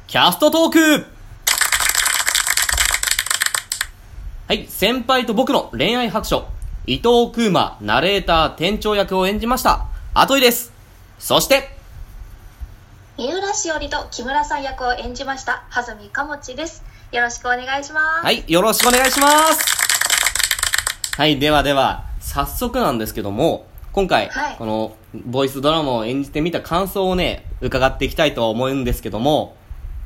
キャストトーク。はい、先輩と僕の恋愛白書、伊藤空馬ナレーター店長役を演じましたアトイです。そして三浦しおりと木村さん役を演じましたはずみかもちです。よろしくお願いします。 はい、よろしくお願いします。はい、では早速なんですけども、今回、このボイスドラマを演じてみた感想をね伺っていきたいと思うんですけども、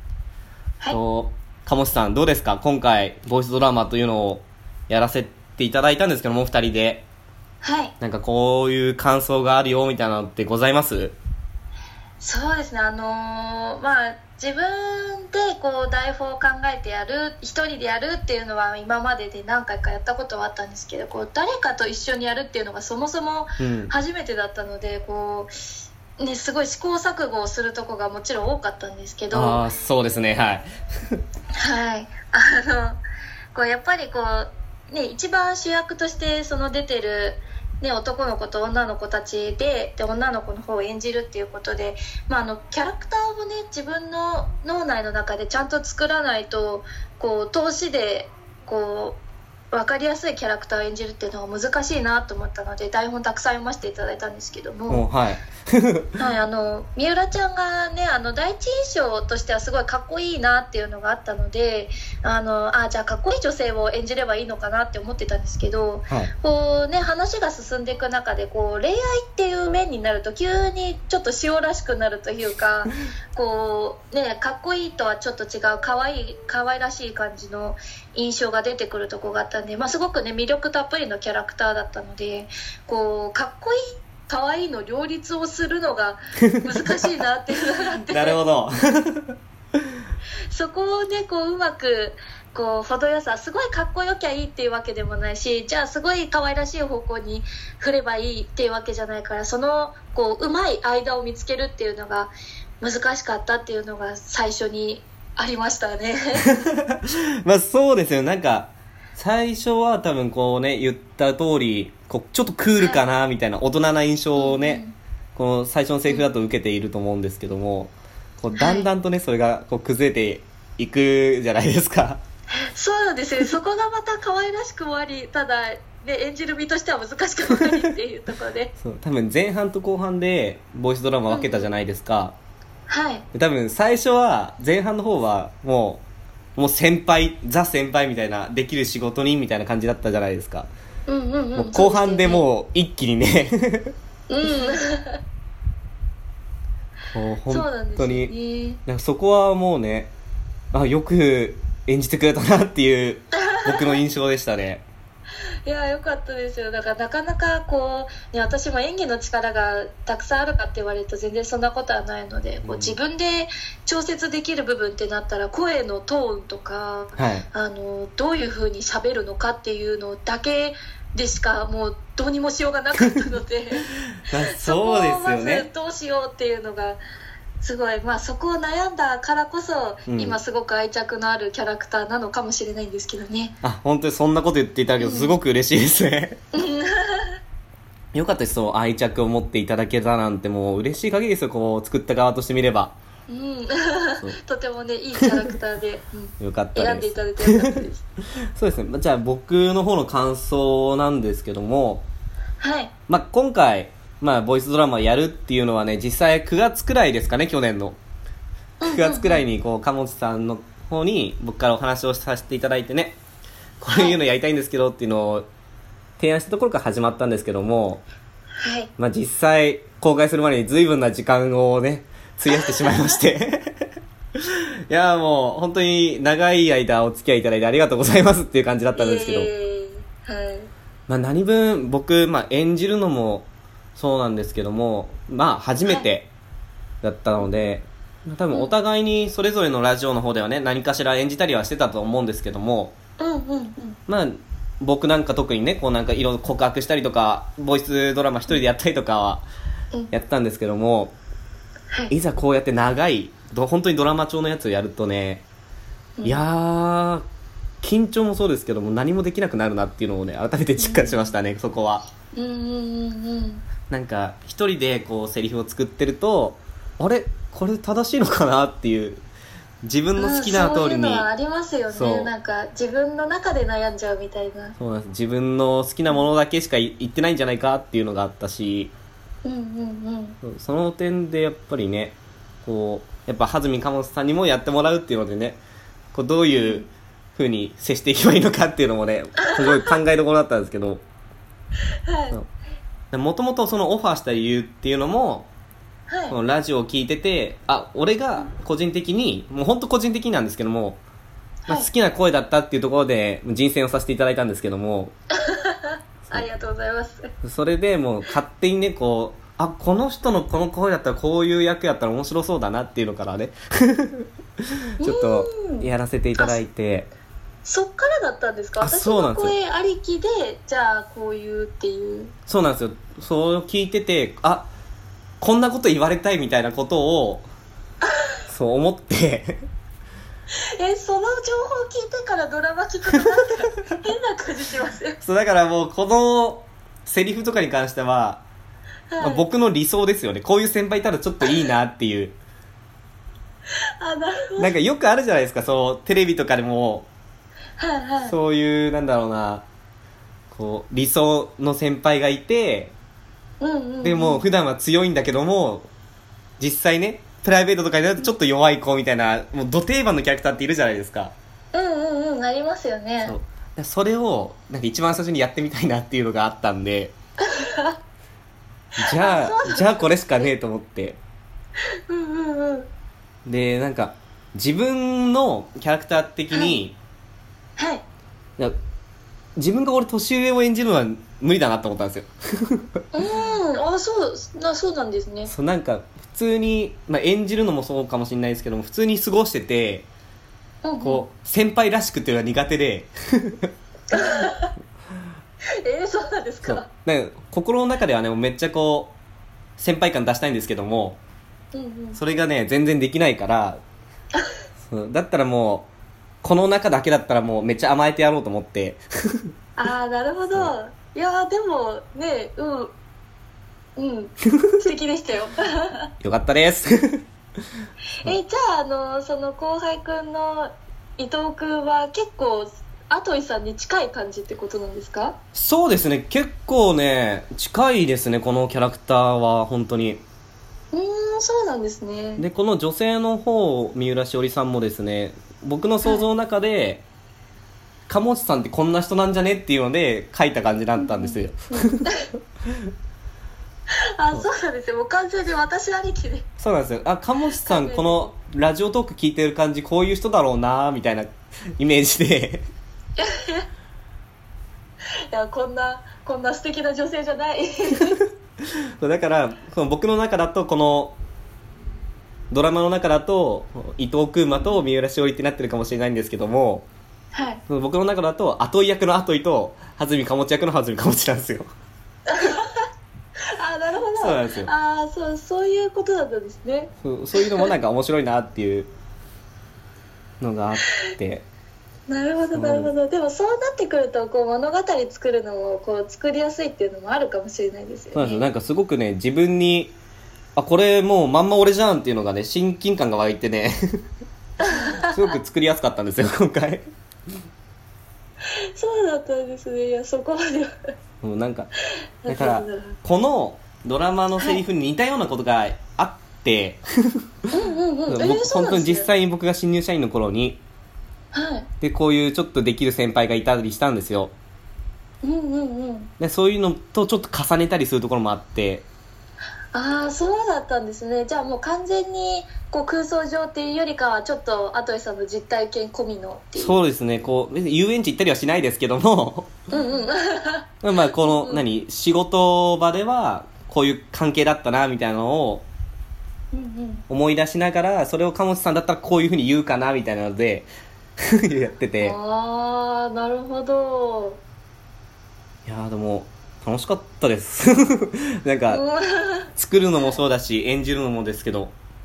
鴨さんどうですか？今回ボイスドラマというのをやらせていただいたんですけども、2人で、なんかこういう感想があるよみたいなのってございます？ そうですね、自分でこう台本を考えてやる、一人でやるっていうのは今までで何回かやったことはあったんですけど、こう誰かと一緒にやるっていうのがそもそも初めてだったので、すごい試行錯誤をするとこがもちろん多かったんですけど、 そうですね、はいはいやっぱり一番主役として出てる男の子と女の子たちで女の子の方を演じるっていうことで、キャラクターを自分の脳内の中でちゃんと作らないと通しで分かりやすいキャラクターを演じるっていうのは難しいなと思ったので、台本たくさん読ませていただいたんですけども、三浦ちゃんが第一印象としてはすごいかっこいいなっていうのがあったので、じゃあかっこいい女性を演じればいいのかなって思ってたんですけど、話が進んでいく中で恋愛っていう面になると急にちょっと塩らしくなるというかかっこいいとはちょっと違う可愛らしい感じの印象が出てくるところがあったんで、すごく魅力たっぷりのキャラクターだったので、かっこいい可愛いの両立をするのが難しいなっていうのがあってなるほどそこをうまく程よさ、すごいかっこよきゃいいっていうわけでもないし、じゃあすごい可愛らしい方向に振ればいいっていうわけじゃないから、そのうまい間を見つけるっていうのが難しかったっていうのが最初にありましたねそうですよ。なんか最初は多分言った通りちょっとクールかなみたいな大人な印象をね、この最初のセリフだと受けていると思うんですけども、だんだんとねそれが崩れていくじゃないですか。 そうなんですよ。そこがまた可愛らしくもあり、ただ演じる身としては難しくもありっていうところでそう、多分前半と後半でボイスドラマ分けたじゃないですか、多分最初は前半の方はもう先輩みたいな、できる仕事人みたいな感じだったじゃないですか。もう後半でもう一気にねもう本当になんかそこはもうね、よく演じてくれたなっていう僕の印象でしたねいや良かったですよ。だからなかなか私も演技の力がたくさんあるかって言われると全然そんなことはないので、自分で調節できる部分ってなったら声のトーンとか、どういう風に喋るのかっていうのだけでしかもうどうにもしようがなかったのでそうですよね。 そこをまずどうしようっていうのがすごい、そこを悩んだからこそ、今すごく愛着のあるキャラクターなのかもしれないんですけどね。 本当にそんなこと言っていただけどすごく嬉しいですねよかったです。そう愛着を持っていただけたなんてもう嬉しい限りですよ。作った側としてみればとてもねいいキャラクターで、 よかったです。 選んでいただいてよかったですそうですね。じゃあ僕の方の感想なんですけども、今回ボイスドラマやるっていうのはね、実際9月くらいですかね、去年の9月くらいに鴨本さんの方に僕からお話をさせていただいてね、こういうのやりたいんですけどっていうのを提案したところから始まったんですけども、実際公開するまでに随分な時間をね費やしてしまいましていやもう本当に長い間お付き合いいただいてありがとうございますっていう感じだったんですけど、何分僕、演じるのもそうなんですけども、初めてだったので、多分お互いにそれぞれのラジオの方ではね何かしら演じたりはしてたと思うんですけども、僕なんか特にねなんかいろいろ告白したりとかボイスドラマ一人でやったりとかはやってたんですけども、いざこうやって長い本当にドラマ調のやつをやるとね、いやー緊張もそうですけども何もできなくなるなっていうのをね改めて実感しましたね、そこは。なんか一人でセリフを作ってると、あれこれ正しいのかなっていう自分の好きな通りに、 そういうのはありますよね。なんか自分の中で悩んじゃうみたいな。 そうなんです。自分の好きなものだけしか言ってないんじゃないかっていうのがあったし、その点でやっぱりね、こうやっぱ羽住貨物さんにもやってもらうっていうのでね、こうどういう風に接していけばいいのかっていうのもね、すごい考えどころだったんですけど、もともとそのオファーした理由っていうのも、このラジオを聞いてて、俺が個人的に、もう本当個人的なんですけども、好きな声だったっていうところで人選をさせていただいたんですけどもありがとうございます。 それでもう勝手にね、こうこの人のこの声だったらこういう役やったら面白そうだなっていうのからねちょっとやらせていただいて、 そっからだったんですか？私の声ありきでじゃあこういうっていう。そうなんですよ。 そう聞いてて、こんなこと言われたいみたいなことをそう思ってその情報聞いてからドラマ聞くとなんか変な感じしますよそうだからもうこのセリフとかに関しては、僕の理想ですよね。こういう先輩いたらちょっといいなっていうなるほど。 なんかよくあるじゃないですか、そうテレビとかでも、そういうなんだろうな、こう理想の先輩がいて、でも普段は強いんだけども、実際ねプライベートとかになるとちょっと弱い子みたいな、もうド定番のキャラクターっているじゃないですか。 なりますよね。 それをなんか一番最初にやってみたいなっていうのがあったんでじゃあこれしかねえと思ってで、なんか自分のキャラクター的に、自分が俺年上を演じるのは無理だなと思ったんですよそうなんですね。 なんか普通に、演じるのもそうかもしれないですけども、普通に過ごしてて、こう先輩らしくっていうのが苦手でそうなんですか。 なんか心の中ではね、めっちゃこう先輩感出したいんですけども、それがね全然できないからだったらもうこの中だけだったらもうめっちゃ甘えてやろうと思ってなるほど。いやでもね、素敵でしたよよかったですじゃあその後輩くんの伊藤くんは結構跡井さんに近い感じってことなんですか？ そうですね、結構ね近いですね、このキャラクターは本当に。 そうなんですね。 でこの女性の方、三浦しおりさんもですね、僕の想像の中で、鴨内さんってこんな人なんじゃねっていうので書いた感じだったんですよそうなんですよ。もう完全に私ありきで。 そうなんですよ。鴨内さんこのラジオトーク聞いてる感じ、こういう人だろうなみたいなイメージでいやこんな素敵な女性じゃないだから僕の中だと、このドラマの中だと伊藤空馬と三浦しおりってなってるかもしれないんですけども、僕の中だと跡井役の跡井と羽住貨物役の羽住貨物なんですよなるほど。 そうなんですよ。 そういうことだったんですね。 そういうのもなんか面白いなっていうのがあってなるほどなるほど。でもそうなってくるとこう物語作るのもこう作りやすいっていうのもあるかもしれないですよね。 そうなんですよ。なんかすごくね、自分にこれもうまんま俺じゃんっていうのがね、親近感が湧いてねすごく作りやすかったんですよ今回そうだったんですね。いやそこまではもうなんかだからこのドラマのセリフに似たようなことがあって本当に実際に僕が新入社員の頃に、でこういうちょっとできる先輩がいたりしたんですよ。でそういうのとちょっと重ねたりするところもあって、 そうだったんですね。じゃあもう完全にこう空想上っていうよりかはちょっと跡井さんの実体験込みのっていう。 そうですね。こう別に遊園地行ったりはしないですけどもこの仕事場ではこういう関係だったなみたいなのを思い出しながら、それを鴨内さんだったらこういう風に言うかなみたいなのでやってて、 なるほど。 いやでも楽しかったですなんか作るのもそうだし演じるのもですけど、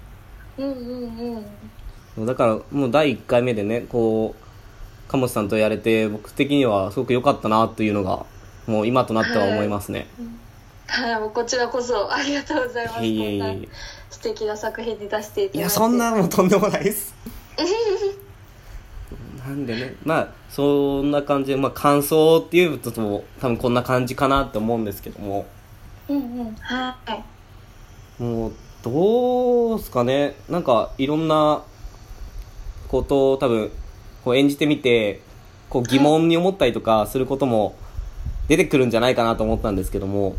だからもう第1回目でね、こう鴨内さんとやれて、僕的にはすごく良かったなというのがもう今となっては思いますね。 もうこちらこそありがとうございます。こんな素敵な作品に出していただいて。 いやそんなもうとんでもないですなんでね、まあそんな感じで、まあ感想っていうと多分こんな感じかなって思うんですけども、 はい。 もうどうすかね、なんかいろんなことを多分こう演じてみてこう疑問に思ったりとかすることも出てくるんじゃないかなと思ったんですけども。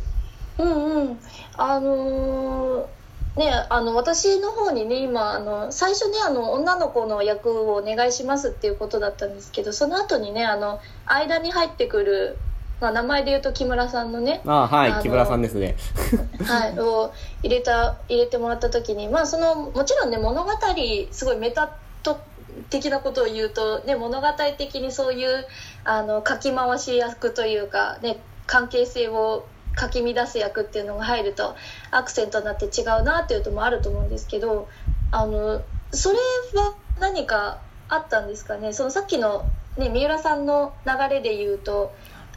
ね、私の方にね今最初ね女の子の役をお願いしますっていうことだったんですけど、その後にね間に入ってくる、まあ、名前で言うと木村さんのね、 はい、木村さんですねはいを入れてもらった時に、まあもちろんね物語すごいメタ的なことを言うと、ね、物語的にそういうかき回し役というか、ね、関係性をかき乱す役っていうのが入るとアクセントになって違うなっていうのもあると思うんですけど、それは何かあったんですかね。そのさっきの、ね、三浦さんの流れで言うと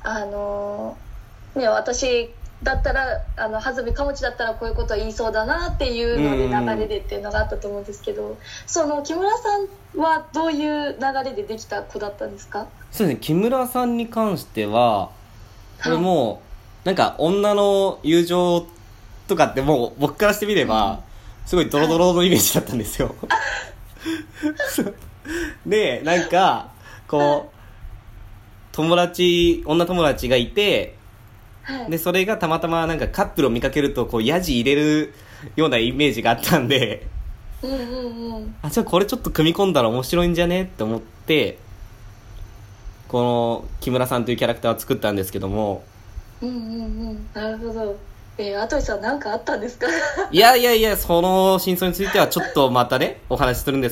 ね、私だったらはずみかもちだったらこういうこと言いそうだなっていうので流れでっていうのがあったと思うんですけど、その木村さんはどういう流れでできた子だったんですか？ そうですね、木村さんに関してはこれもなんか女の友情とかってもう僕からしてみればすごいドロドロのイメージだったんですよでなんかこう女友達がいて、でそれがたまたまなんかカップルを見かけるとこうヤジ入れるようなイメージがあったんで、じゃあこれちょっと組み込んだら面白いんじゃねって思ってこの木村さんというキャラクターを作ったんですけども。 なるほど。アトイさん何かあったんですか？ いやその真相についてはちょっとまたねお話しするんです